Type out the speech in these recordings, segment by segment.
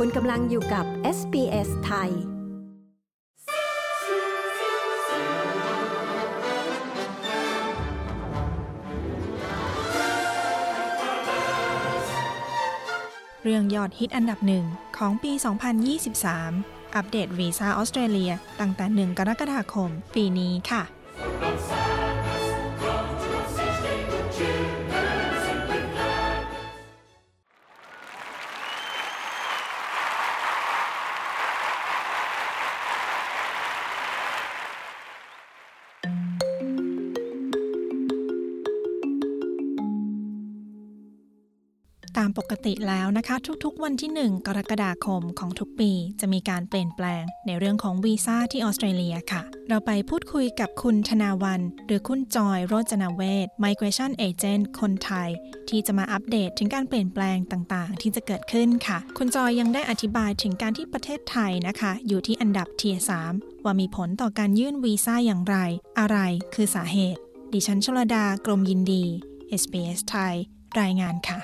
คุณกำลังอยู่กับ SBS ไทยเรื่องยอดฮิตอันดับหนึ่งของปี 2023 อัปเดตวีซ่าออสเตรเลียตั้งแต่ 1 กรกฎาคมปีนี้ค่ะตามปกติแล้วนะคะทุกๆวันที่ 1 กรกฎาคมของทุกปีจะมีการเปลี่ยนแปลงในเรื่องของวีซ่าที่ออสเตรเลียค่ะเราไปพูดคุยกับคุณธนาวรรณหรือคุณจอยโรจนเวช Migration Agent คนไทยที่จะมาอัปเดตถึงการเปลี่ยนแปลงต่างๆที่จะเกิดขึ้นค่ะคุณจอยยังได้อธิบายถึงการที่ประเทศไทยนะคะอยู่ที่อันดับ Tier 3 ว่ามีผลต่อการยื่นวีซ่าอย่างไรอะไรคือสาเหตุดิฉันชลดากรมยินดี SBS ไทยรายงานค่ะ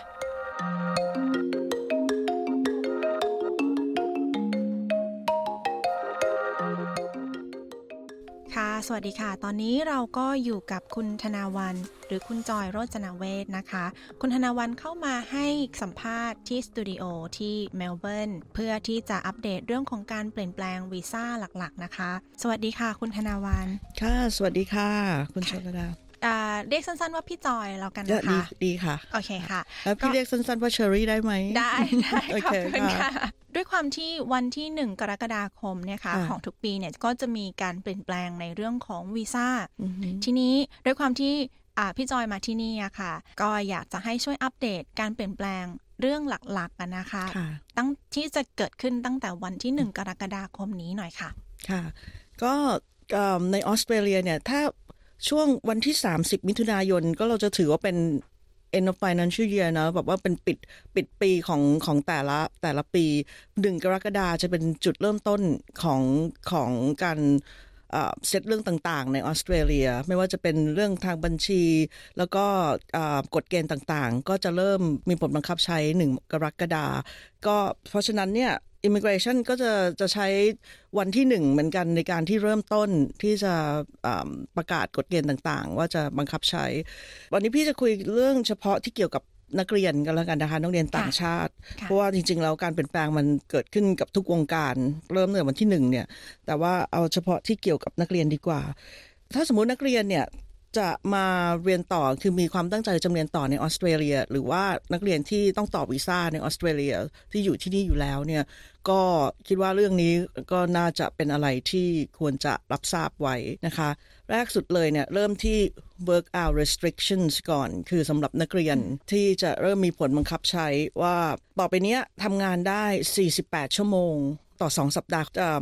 สวัสดีค่ะตอนนี้เราก็อยู่กับคุณธนาวรรณหรือคุณจอยโรจนเวชนะคะคุณธนาวรรณเข้ามาให้สัมภาษณ์ที่สตูดิโอที่เมลเบิร์นเพื่อที่จะอัปเดตเรื่องของการเปลี่ยนแปลงวีซ่าหลักๆนะคะสวัสดีค่ะคุณธนาวรรณค่ะสวัสดีค่ะคุณชลดาเรียกสั้นๆว่าพี่จอยแล้วกันนะคะดีค่ะโอเคค่ะแล้วพี่เรียกสั้นๆว่าเชอรี่ได้ไหมได้ขอบคุณค่ะด้วยความที่วันที่1 กรกฎาคมเนี่ยค่ะของทุกปีเนี่ยก็จะมีการเปลี่ยนแปลงในเรื่องของวีซ่าทีนี้ด้วยความที่พี่จอยมาที่นี่อะค่ะก็อยากจะให้ช่วยอัปเดตการเปลี่ยนแปลงเรื่องหลักๆกันนะคะตั้งที่จะเกิดขึ้นตั้งแต่วันที่1 กรกฎาคมนี้หน่อยค่ะค่ะก็ในออสเตรเลียเนี่ยถ้าช่วงวันที่30 มิถุนายนก็เราจะถือว่าเป็น end of financial year นะแบบว่าเป็นปิดปีของแต่ละปี1 กรกฎาคมจะเป็นจุดเริ่มต้นของการเซตเรื่องต่างๆในออสเตรเลียไม่ว่าจะเป็นเรื่องทางบัญชีแล้วก็กฎเกณฑ์ต่างๆก็จะเริ่มมีผลบังคับใช้1 กรกฎาคมก็เพราะฉะนั้นเนี่ยImmigration ก็จะใช้วันที่1เหมือนกันในการที่เริ่มต้นที่จะประกาศกฎเกณฑ์ต่างๆว่าจะบังคับใช้วันนี้พี่จะคุยเรื่องเฉพาะที่เกี่ยวกับนักเรียนกันแล้วกันนะคะนักเรียนต่างชาติเพราะว่าจริงๆแล้วการเปลี่ยนแปลงมันเกิดขึ้นกับทุกวงการเริ่มตั้งแต่วันที่1เนี่ยแต่ว่าเอาเฉพาะที่เกี่ยวกับนักเรียนดีกว่าถ้าสมมุตินักเรียนเนี่ยจะมาเรียนต่อคือมีความตั้งใจจะเรียนต่อในออสเตรเลียหรือว่านักเรียนที่ต้องต่อวีซ่าในออสเตรเลียที่อยู่ที่นี่อยู่แล้วเนี่ยก็คิดว่าเรื่องนี้ก็น่าจะเป็นอะไรที่ควรจะรับทราบไว้นะคะแรกสุดเลยเนี่ยเริ่มที่ work hour restrictions ก่อนคือสำหรับนักเรียนที่จะเริ่มมีผลบังคับใช้ว่าต่อไปนี้ทำงานได้48 ชั่วโมงต่อ2 สัปดาห์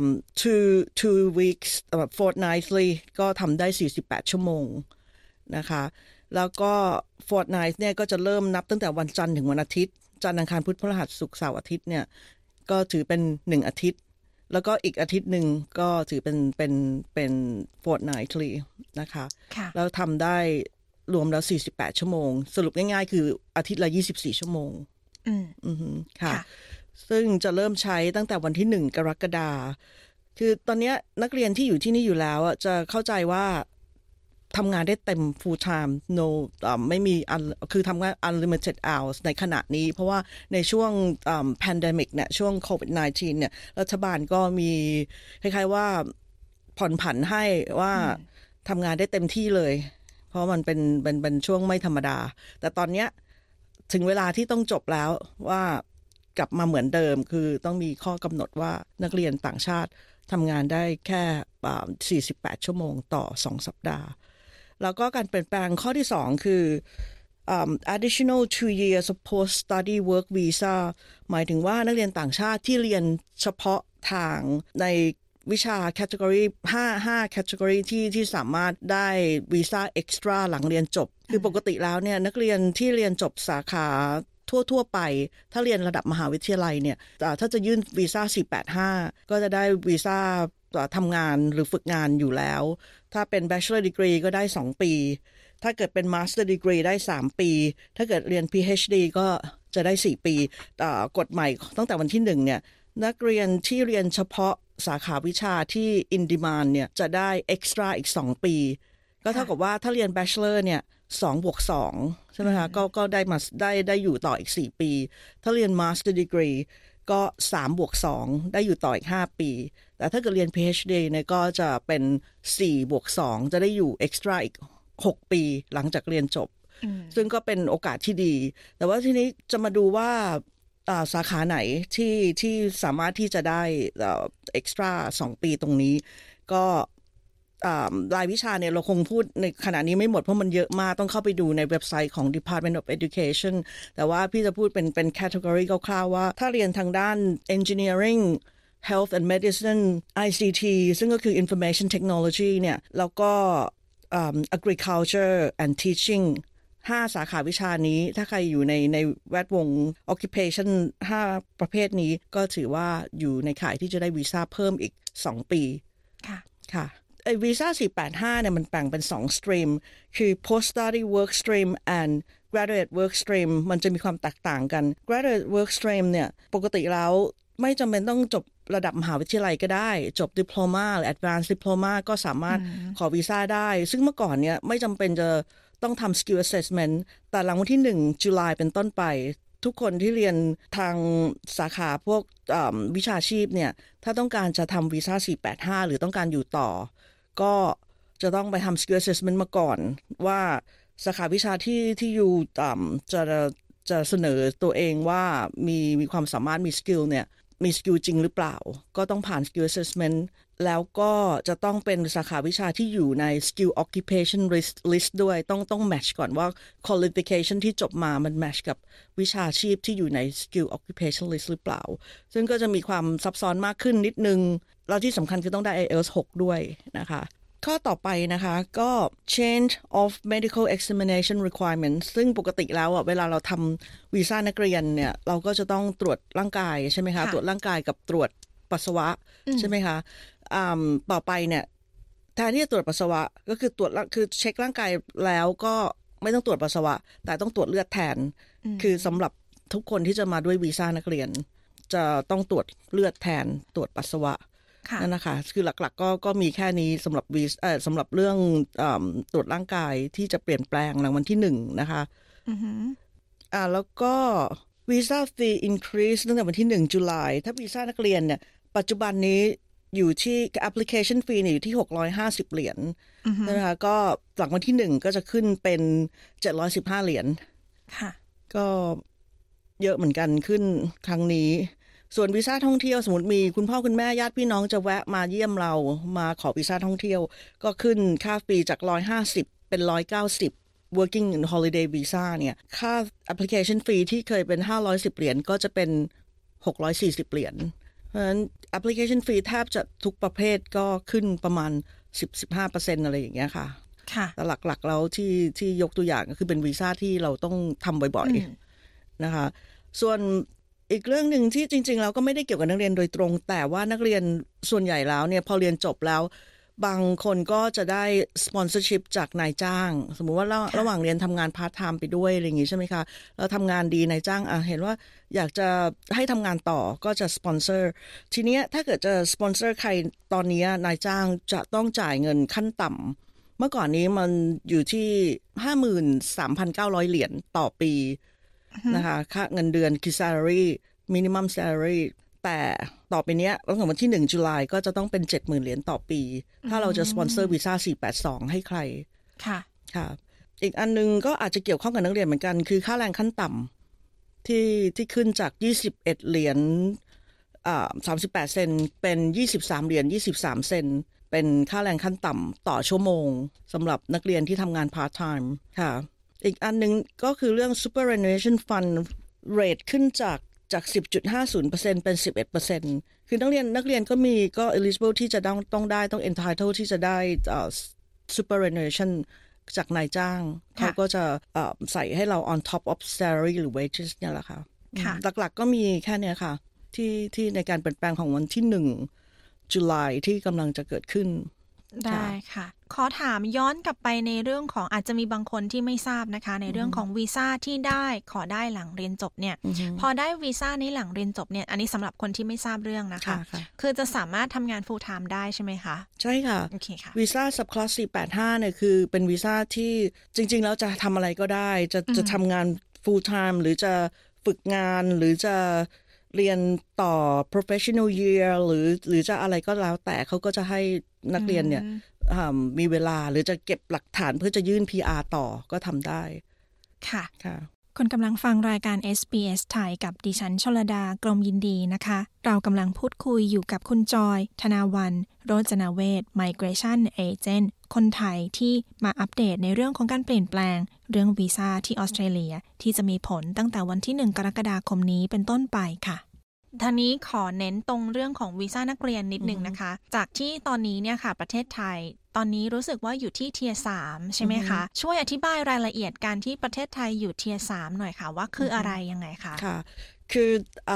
two weeks fortnightly ก็ทำได้48 ชั่วโมงนะคะแล้วก็ fortnight เนี่ยก็จะเริ่มนับตั้งแต่วันจันทร์ถึงวันอาทิตย์จันทร์อังคารพุธพฤหัสศุกร์เสาร์อาทิตย์เนี่ยก็ถือเป็น1 อาทิตย์แล้วก็อีกอาทิตย์นึงก็ถือเป็น fortnightly นะคะแล้วทำได้รวมแล้ว48 ชั่วโมงสรุปง่ายๆคืออาทิตย์ละ24 ชั่วโมงค่ะซึ่งจะเริ่มใช้ตั้งแต่วันที่1 กรกฎาคมคือตอนนี้นักเรียนที่อยู่ที่นี่อยู่แล้วจะเข้าใจว่าทำงานได้เต็ม full time no ไม่มีคือทำงาน unlimited hours ในขณะนี้เพราะว่าในช่วงpandemic เนี่ยช่วง COVID-19 เนี่ยรัฐบาลก็มีคล้ายๆว่าผ่อนผันให้ว่าทำงานได้เต็มที่เลยเพราะมันเป็นช่วงไม่ธรรมดาแต่ตอนเนี้ยถึงเวลาที่ต้องจบแล้วว่ากลับมาเหมือนเดิมคือต้องมีข้อกำหนดว่านักเรียนต่างชาติทำงานได้แค่48 ชั่วโมงต่อ2 สัปดาห์แล้วก็การเปลี่ยนแปลงข้อที่2คือadditional 2 years of post study work visa หมายถึงว่านักเรียนต่างชาติที่เรียนเฉพาะทางในวิชา category 5 category ที่สามารถได้วีซ่า extra หลังเรียนจบคือปกติแล้วเนี่ยนักเรียนที่เรียนจบสาขาทั่วไปถ้าเรียนระดับมหาวิทยาลัยเนี่ยถ้าจะยื่นวีซ่า485ก็จะได้วีซ่าทำงานหรือฝึกงานอยู่แล้วถ้าเป็น Bachelor Degree ก็ได้2 ปีถ้าเกิดเป็น Master Degree ได้3 ปีถ้าเกิดเรียน PhD ก็จะได้4 ปีกฎใหม่ตั้งแต่วันที่1เนี่ยนักเรียนที่เรียนเฉพาะสาขาวิชาที่ in demand เนี่ยจะได้ extra อีก2 ปีก็เท่ากับว่าถ้าเรียน bachelor เนี่ย2+2ใช่ไหมคะก็ได้อยู่ต่ออีก4 ปีถ้าเรียน master degree ก็3+2ได้อยู่ต่ออีก5 ปีแต่ถ้าเกิดเรียน PhD เนี่ยก็จะเป็น4+2จะได้อยู่ extra อีก6 ปีหลังจากเรียนจบซึ่งก็เป็นโอกาสที่ดีแต่ว่าทีนี้จะมาดูว่าสาขาไหนที่สามารถที่จะได้extra 2 ปีตรงนี้ก็รายวิชาเนี่ยเราคงพูดในขณะนี้ไม่หมดเพราะมันเยอะมากต้องเข้าไปดูในเว็บไซต์ของ Department of Education แต่ว่าพี่จะพูดเป็น category คร่าวๆว่าถ้าเรียนทางด้าน Engineering Health and Medicine ICT ซึ่งก็คือ Information Technology เนี่ยแล้วก็Agriculture and Teaching 5 สาขาวิชานี้ถ้าใครอยู่ในแวดวง Occupation 5 ประเภทนี้ก็ถือว่าอยู่ในข่ายที่จะได้วีซ่าเพิ่มอีก2 ปีค่ะวีซ่า485เนี่ยมันแบ่งเป็น2 สตรีมคือ post study work stream and graduate work stream มันจะมีความแตกต่างกัน graduate work stream เนี่ยปกติแล้วไม่จำเป็นต้องจบระดับมหาวิทยาลัยก็ได้จบ diploma หรือ advanced diploma ก็สามารถขอวีซ่าได้ซึ่งเมื่อก่อนเนี่ยไม่จำเป็นจะต้องทำ skill assessment แต่หลังวันที่1 ตุลาเป็นต้นไปทุกคนที่เรียนทางสาขาพวกวิชาชีพเนี่ยถ้าต้องการจะทำวีซ่า485หรือต้องการอยู่ต่อก็จะต้องไปทำ skill assessment มาก่อนว่าสาขาวิชาที่อยู่จะเสนอตัวเองว่ามีความสามารถมีสกิลเนี่ยมีสกิลจริงหรือเปล่าก็ต้องผ่าน skill assessment แล้วก็จะต้องเป็นสาขาวิชาที่อยู่ใน skill occupation list ด้วยต้อง match ก่อนว่า qualification ที่จบมามัน match กับวิชาชีพที่อยู่ใน skill occupation list หรือเปล่าซึ่งก็จะมีความซับซ้อนมากขึ้นนิดนึงแล้วที่สำคัญคือต้องได้ IELTS 6 ด้วยนะคะข้อต่อไปนะคะก็ change of medical examination requirements ซึ่งปกติแล้วเวลาเราทำวีซ่านักเรียนเนี่ยเราก็จะต้องตรวจร่างกายใช่ไหมคะตรวจร่างกายกับตรวจปัสสาวะใช่ไหมคะต่อไปเนี่ยแทนที่จะตรวจปัสสาวะก็คือคือเช็คร่างกายแล้วก็ไม่ต้องตรวจปัสสาวะแต่ต้องตรวจเลือดแทนคือสำหรับทุกคนที่จะมาด้วยวีซ่านักเรียนจะต้องตรวจเลือดแทนตรวจปัสสาวะนั่นนะคะคือหลักๆก็มีแค่นี้สำหรับเรื่องตรวจร่างกายที่จะเปลี่ยนแปลงหลังวันที่1นะคะแล้วก็วีซ่าฟรีอินครีสตั้งแต่วันที่1 ตุลาถ้าวีซ่านักเรียนเนี่ยปัจจุบันนี้อยู่ที่ application fee อยู่ที่$650นะคะก็หลังวันที่1ก็จะขึ้นเป็น$715ค่ะก็เยอะเหมือนกันขึ้นครั้งนี้ส่วนวีซ่าท่องเที่ยวสมมติมีคุณพ่อคุณแม่ญาติพี่น้องจะแวะมาเยี่ยมเรามาขอวีซ่าท่องเที่ยวก็ขึ้นค่าฟรีจาก150เป็น190 working holiday visa เนี่ยค่า application fee ที่เคยเป็น$510ก็จะเป็น$640เพราะฉะนั้น application fee แทบจะทุกประเภทก็ขึ้นประมาณ 10-15% อะไรอย่างเงี้ยค่ะแต่หลักๆแล้วที่ยกตัวอย่างก็คือเป็นวีซ่าที่เราต้องทำบ่อยๆนะคะส่วนอีกเรื่องหนึ่งที่จริงๆเราก็ไม่ได้เกี่ยวกับนักเรียนโดยตรงแต่ว่านักเรียนส่วนใหญ่แล้วเนี่ยพอเรียนจบแล้วบางคนก็จะได้สปอนเซอร์ชิพจากนายจ้างสมมุติว่าระหว่างเรียนทำงานพาร์ทไทม์ไปด้วยอะไรอย่างงี้ใช่ไหมคะเราทำงานดีนายจ้างเห็นว่าอยากจะให้ทำงานต่อก็จะสปอนเซอร์ทีเนี้ยถ้าเกิดจะสปอนเซอร์ใครตอนนี้นายจ้างจะต้องจ่ายเงินขั้นต่ำเมื่อก่อนนี้มันอยู่ที่ 53,900 ต่อปีนะคะค่าเงินเดือนคือ salary minimum salary แต่ต่อไปเนี้ยตั้งแต่วันที่1 ตุลาก็จะต้องเป็น $70,000 ต่อปีถ้าเราจะสปอนเซอร์วีซ่า482ให้ใครค่ะอีกอันนึงก็อาจจะเกี่ยวข้องกับนักเรียนเหมือนกันคือค่าแรงขั้นต่ำที่ขึ้นจาก$21.38 เป็น$23.23 เป็นค่าแรงขั้นต่ำต่อชั่วโมงสำหรับนักเรียนที่ทำงานพาร์ทไทม์ค่ะอีกอันนึงก็คือเรื่อง superannuation fund rate ขึ้นจาก 10.50% เป็น 11% คือนักเรียนก็ eligible ที่จะต้องได้ต้อง entitled ที่จะได้ superannuation จากนายจ้างเขาก็จะใส่ให้เรา on top of salary หรือ wages เนี่ยแหละค่ะหลักๆก็มีแค่เนี้ยค่ะที่ในการเปลี่ยนแปลงของวันที่1 ตุลาที่กำลังจะเกิดขึ้นได้ค่ะขอถามย้อนกลับไปในเรื่องของอาจจะมีบางคนที่ไม่ทราบนะคะในเรื่องของวีซ่าที่ได้ขอได้หลังเรียนจบเนี่ยพอได้วีซ่านี้หลังเรียนจบเนี่ยอันนี้สำหรับคนที่ไม่ทราบเรื่องนะคะคือจะสามารถทำงาน full time ได้ใช่ไหมคะใช่ค่ะโอเคค่ะวีซ่า subclass 485เนี่ยคือเป็นวีซ่าที่จริงๆแล้วจะทำอะไรก็ได้จะทำงาน full time หรือจะฝึกงานหรือจะเรียนต่อ professional year หรือจะอะไรก็แล้วแต่เขาก็จะให้นักเรียนเนี่ยมีเวลาหรือจะเก็บหลักฐานเพื่อจะยื่น PR ต่อก็ทำได้ค่ะค่ะคุณกำลังฟังรายการ SBS ไทยกับดิฉันชลดากรมยินดีนะคะเรากำลังพูดคุยอยู่กับคุณจอยธนาวันโรจนเวช Migration Agent คนไทยที่มาอัปเดตในเรื่องของการเปลี่ยนแปลงเรื่องวีซ่าที่ออสเตรเลียที่จะมีผลตั้งแต่วันที่1 กรกฎาคมนี้เป็นต้นไปค่ะทีนี้ขอเน้นตรงเรื่องของวีซ่านักเรียนนิดนึงนะคะจากที่ตอนนี้เนี่ยค่ะประเทศไทยตอนนี้รู้สึกว่าอยู่ที่ Tier 3ใช่ไหมคะช่วยอธิบายรายละเอียดการที่ประเทศไทยอยู่ Tier 3หน่อยค่ะว่าคืออะไรยังไงคะค่ะคือ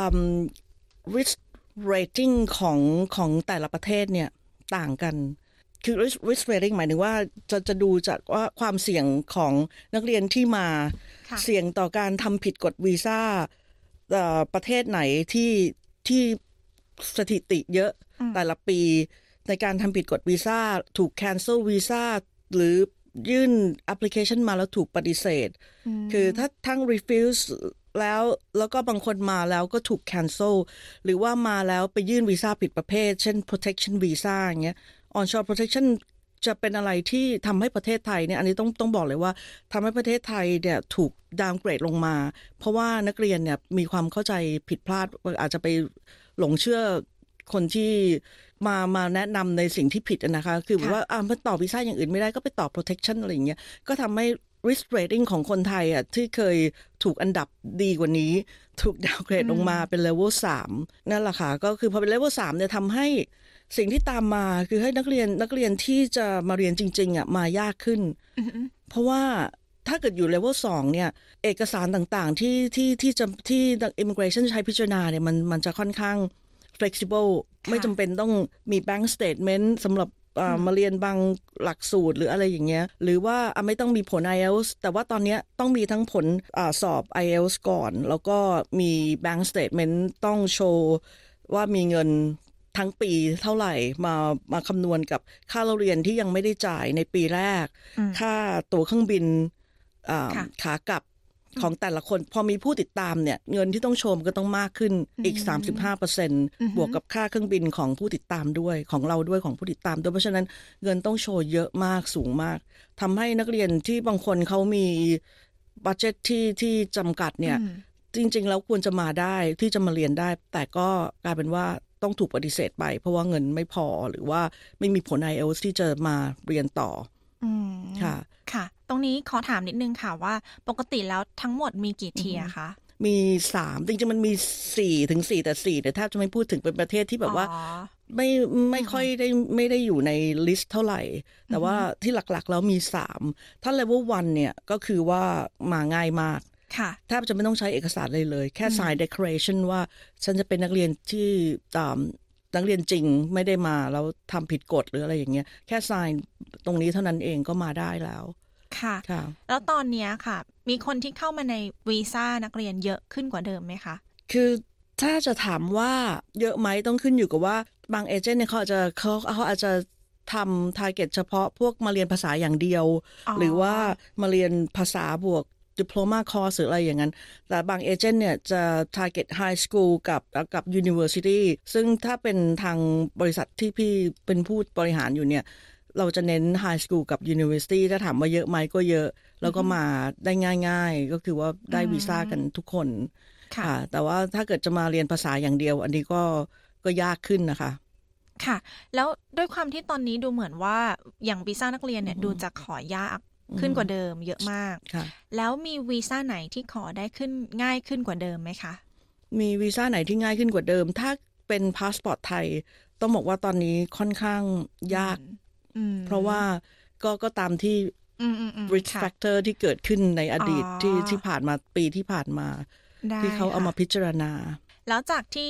risk rating ของแต่ละประเทศเนี่ยต่างกันคือ risk rating หมายถึงว่าจะดูจากว่าความเสี่ยงของนักเรียนที่มาเสี่ยงต่อการทำผิดกฎวีซ่าประเทศไหนที่สถิติเยอะแต่ละปีในการทำผิดกฎวีซ่าถูก cancel วีซ่าหรือยื่น application มาแล้วถูกปฏิเสธคือถ้าทั้ง refuse แล้วก็บางคนมาแล้วก็ถูก cancel หรือว่ามาแล้วไปยื่นวีซ่าผิดประเภทเช่น protection visa อย่างเงี้ย onshore protection จะเป็นอะไรที่ทำให้ประเทศไทยเนี่ยอันนี้ต้องบอกเลยว่าทำให้ประเทศไทยเนี่ยถูกดาวน์เกรดลงมาเพราะว่านักเรียนเนี่ยมีความเข้าใจผิดพลาดอาจจะไปหลงเชื่อคนที่มาแนะนำในสิ่งที่ผิดนะคะคือว่ามันต่อวีซ่าอย่างอื่นไม่ได้ก็ไปต่อ protection อะไรอย่างเงี้ยก็ทำให้ risk rating ของคนไทยอ่ะที่เคยถูกอันดับดีกว่านี้ถูกดาวน์เกรดลงมาเป็น level 3นั่นแหละค่ะก็คือพอเป็น level 3เนี่ยทำให้สิ่งที่ตามมาคือให้นักเรียนที่จะมาเรียนจริงๆอ่ะมายากขึ้นเพราะว่าถ้าเกิดอยู่ level 2เนี่ยเอกสารต่างๆที่ immigration ใช้พิจารณาเนี่ยมันจะค่อนข้าง flexible ไม่จำเป็นต้องมี bank statement สำหรับมาเรียนบางหลักสูตรหรืออะไรอย่างเงี้ยหรือว่าไม่ต้องมีผล IELTS แต่ว่าตอนนี้ต้องมีทั้งผลสอบ IELTS ก่อนแล้วก็มี bank statement ต้องโชว์ว่ามีเงินทั้งปีเท่าไหร่มาคำนวณกับค่าเรียนที่ยังไม่ได้จ่ายในปีแรกค่าตั๋วเครื่องบินขากลับของแต่ละคนพอมีผู้ติดตามเนี่ยเงินที่ต้องโชว์ก็ต้องมากขึ้นอีก 35% บวกกับค่าเครื่องบินของผู้ติดตามด้วยของเราด้วยของผู้ติดตามด้วยเพราะฉะนั้นเงินต้องโชว์เยอะมากสูงมากทำให้นักเรียนที่บางคนเขามีบัดเจ็ตที่จำกัดเนี่ยจริงๆแล้วควรจะมาได้ที่จะมาเรียนได้แต่ก็กลายเป็นว่าต้องถูกปฏิเสธไปเพราะว่าเงินไม่พอหรือว่าไม่มีผล IELTS ที่จะมาเรียนต่อค่ะค่ะตรงนี้ขอถามนิดนึงค่ะว่าปกติแล้วทั้งหมดมีกี่เทียร์คะมี3จริงๆมันมี4ถึง4แต่4แต่แทบจะไม่พูดถึงเป็นประเทศที่แบบว่าไม่ค่อยไม่ได้อยู่ในลิสต์เท่าไหร่แต่ว่าที่หลักๆแล้วมี3ถ้า level 1เนี่ยก็คือว่ามาง่ายมากแทบจะไม่ต้องใช้เอกสารเลยแค่ sign declaration ว่าฉันจะเป็นนักเรียนที่นักเรียนจริงไม่ได้มาแล้วทำผิดกฎหรืออะไรอย่างเงี้ยแค่ sign ตรงนี้เท่านั้นเองก็มาได้แล้วค่ะแล้วตอนนี้ค่ะมีคนที่เข้ามาในวีซ่านักเรียนเยอะขึ้นกว่าเดิมไหมคะคือถ้าจะถามว่าเยอะไหมต้องขึ้นอยู่กับว่าบางเอเจนต์เนี่ยเขาอาจจะทำ target เฉพาะพวกมาเรียนภาษาอย่างเดียวหรือว่ามาเรียนภาษาบวกdiploma course หรืออะไรอย่างนั้นแต่บางเอเจนต์เนี่ยจะ target high school กับ university ซึ่งถ้าเป็นทางบริษัทที่พี่เป็นผู้บริหารอยู่เนี่ยเราจะเน้น high school กับ university ถ้าถามว่าเยอะไหมก็เยอะแล้วก็มาได้ง่ายๆก็คือว่าได้วีซ่ากันทุกคนค่ะแต่ว่าถ้าเกิดจะมาเรียนภาษาอย่างเดียวอันนี้ก็ยากขึ้นนะคะค่ะแล้วด้วยความที่ตอนนี้ดูเหมือนว่าอย่างวีซ่านักเรียนเนี่ยดูจะขอยากขึ้นกว่าเดิมเยอะมากแล้วมีวีซ่าไหนที่ขอได้ขึ้นง่ายขึ้นกว่าเดิมไหมคะมีวีซ่าไหนที่ง่ายขึ้นกว่าเดิมถ้าเป็นพาสปอร์ตไทยต้องบอกว่าตอนนี้ค่อนข้างยากเพราะว่าก็ตามที่ risk factor ที่เกิดขึ้นในอดีตที่ผ่านมาปีที่ผ่านมาที่เขาเอามาพิจารณาแล้วจากที่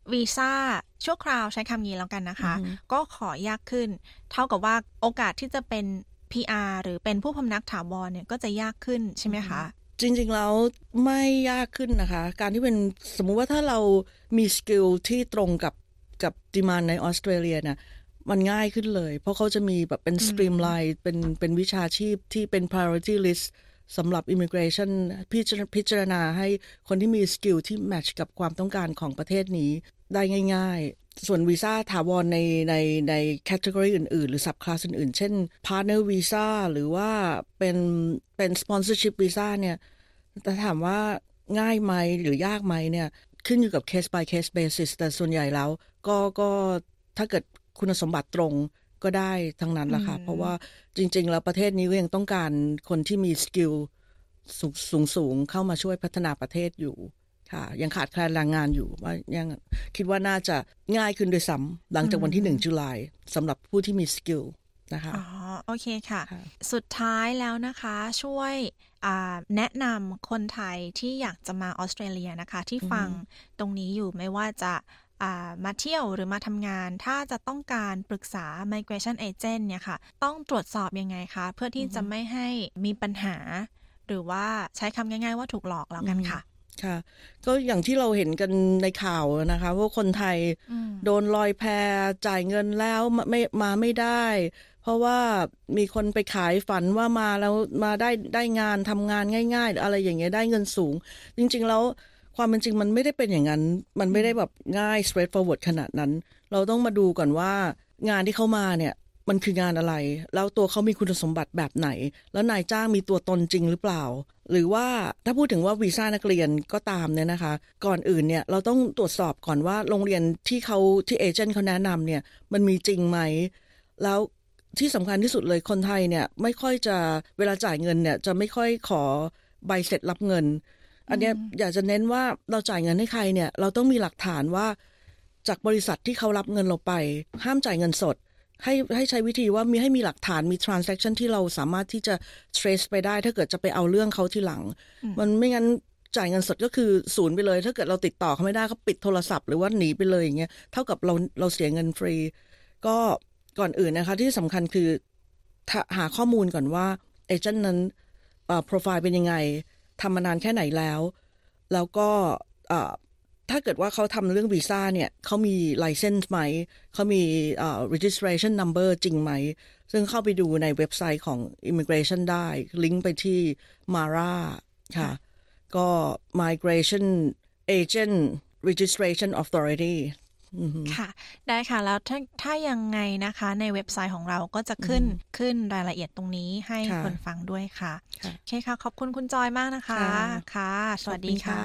วีซ่าชั่วคราวใช้คำนี้แล้วกันนะคะก็ขอยากขึ้นเท่ากับว่าโอกาสที่จะเป็น PR หรือเป็นผู้พำนักถาวรเนี่ยก็จะยากขึ้นใช่ไหมคะจริงๆแล้วไม่ยากขึ้นนะคะการที่เป็นสมมุติว่าถ้าเรามีสกิลที่ตรงกับดีมานด์ในออสเตรเลียเนี่ยมันง่ายขึ้นเลยเพราะเขาจะมีแบบเป็นสตรีมไลน์เป็นวิชาชีพที่เป็น priority list สำหรับ immigration พิจารณาให้คนที่มีสกิลที่แมทช์กับความต้องการของประเทศนี้ได้ง่ายๆส่วนวีซ่าถาวรในแคตตากรีอื่นๆหรือ sub class อื่นๆเช่น partner visa หรือว่าเป็น sponsorship visa เนี่ยแต่ถามว่าง่ายไหมหรือยากไหมเนี่ยขึ้นอยู่กับ case by case basis แต่ส่วนใหญ่แล้วก็ถ้าเกิดคุณสมบัติตรงก็ได้ทั้งนั้นแหละค่ะเพราะว่าจริงๆแล้วประเทศนี้ก็ยังต้องการคนที่มีสกิลสูงเข้ามาช่วยพัฒนาประเทศอยู่ค่ะยังขาดแคลนแรงงานอยู่ว่ายังคิดว่าน่าจะง่ายขึ้นด้วยซ้ำหลังจากวันที่1 ตุลาคมสำหรับผู้ที่มีสกิลนะคะอ๋อโอเคค่ะสุดท้ายแล้วนะคะช่วยแนะนำคนไทยที่อยากจะมาออสเตรเลียนะคะที่ฟังตรงนี้อยู่ไม่ว่าจะมาเที่ยวหรือมาทำงานถ้าจะต้องการปรึกษา Migration Agent เนี่ยค่ะต้องตรวจสอบยังไงคะเพื่อที่จะไม่ให้มีปัญหาหรือว่าใช้คำง่ายๆว่าถูกหลอกแล้วกันค่ะค่ะก็อย่างที่เราเห็นกันในข่าวนะคะว่าคนไทยโดนลอยแพจ่ายเงินแล้วไม่ได้เพราะว่ามีคนไปขายฝันว่ามาแล้วมาได้งานทำงานง่ายๆอะไรอย่างเงี้ยได้เงินสูงจริงๆแล้วความเป็นจริงมันไม่ได้เป็นอย่างนั้นมันไม่ได้แบบง่าย straight forward ขนาดนั้นเราต้องมาดูก่อนว่างานที่เขามาเนี่ยมันคืองานอะไรแล้วตัวเขามีคุณสมบัติแบบไหนแล้วนายจ้างมีตัวตนจริงหรือเปล่าหรือว่าถ้าพูดถึงว่าวีซ่านักเรียนก็ตามเนี่ยนะคะก่อนอื่นเนี่ยเราต้องตรวจสอบก่อนว่าโรงเรียนที่เอเจนต์เขาแนะนำเนี่ยมันมีจริงไหมแล้วที่สำคัญที่สุดเลยคนไทยเนี่ยไม่ค่อยจะเวลาจ่ายเงินเนี่ยจะไม่ค่อยขอใบเสร็จรับเงินอันนี้อยากจะเน้นว่าเราจ่ายเงินให้ใครเนี่ยเราต้องมีหลักฐานว่าจากบริษัทที่เขารับเงินเราไปห้ามจ่ายเงินสดให้ใช้วิธีว่าให้มีหลักฐานมี transaction ที่เราสามารถที่จะ trace ไปได้ถ้าเกิดจะไปเอาเรื่องเขาทีหลังมันไม่งั้นจ่ายเงินสดก็คือศูนย์ไปเลยถ้าเกิดเราติดต่อเขาไม่ได้เขาปิดโทรศัพท์หรือว่าหนีไปเลยอย่างเงี้ยเท่ากับเราเสียเงินฟรีก็ก่อนอื่นนะคะที่สำคัญคือหาข้อมูลก่อนว่าเอเจนต์นั้นโปรไฟล์เป็นยังไงทำมานานแค่ไหนแล้วก็ถ้าเกิดว่าเขาทำเรื่องวีซ่าเนี่ยเขามี license ไหมเขามีregistration number จริงไหมซึ่งเข้าไปดูในเว็บไซต์ของ immigration ได้ลิงก์ไปที่ MARA ค่ะก็ Migration Agent Registration Authority ค่ะได้ค่ะแล้วถ้ายังไงนะคะในเว็บไซต์ของเราก็จะขึ้นรายละเอียดตรงนี้ให้คนฟังด้วยค่ะโอเคค่ะขอบคุณคุณจอยมากนะคะค่ะสวัสดีค่ะ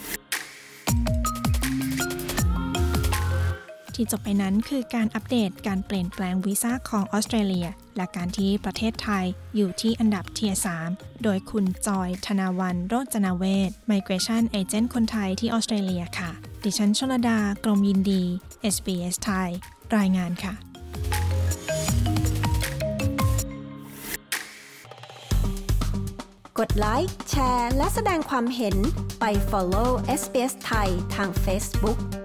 ที่จบไปนั้นคือการอัปเดตการเปลี่ยนแปลงวีซ่าของออสเตรเลียและการที่ประเทศไทยอยู่ที่อันดับ Tier 3 โดยคุณจอยธนาวันโรจนาเวช Migration Agent คนไทยที่ออสเตรเลียค่ะดิฉันชลดากรมยินดี SBS ไทยรายงานค่ะกดไลค์แชร์และแสดงความเห็นไป follow SBS ไทยทาง Facebook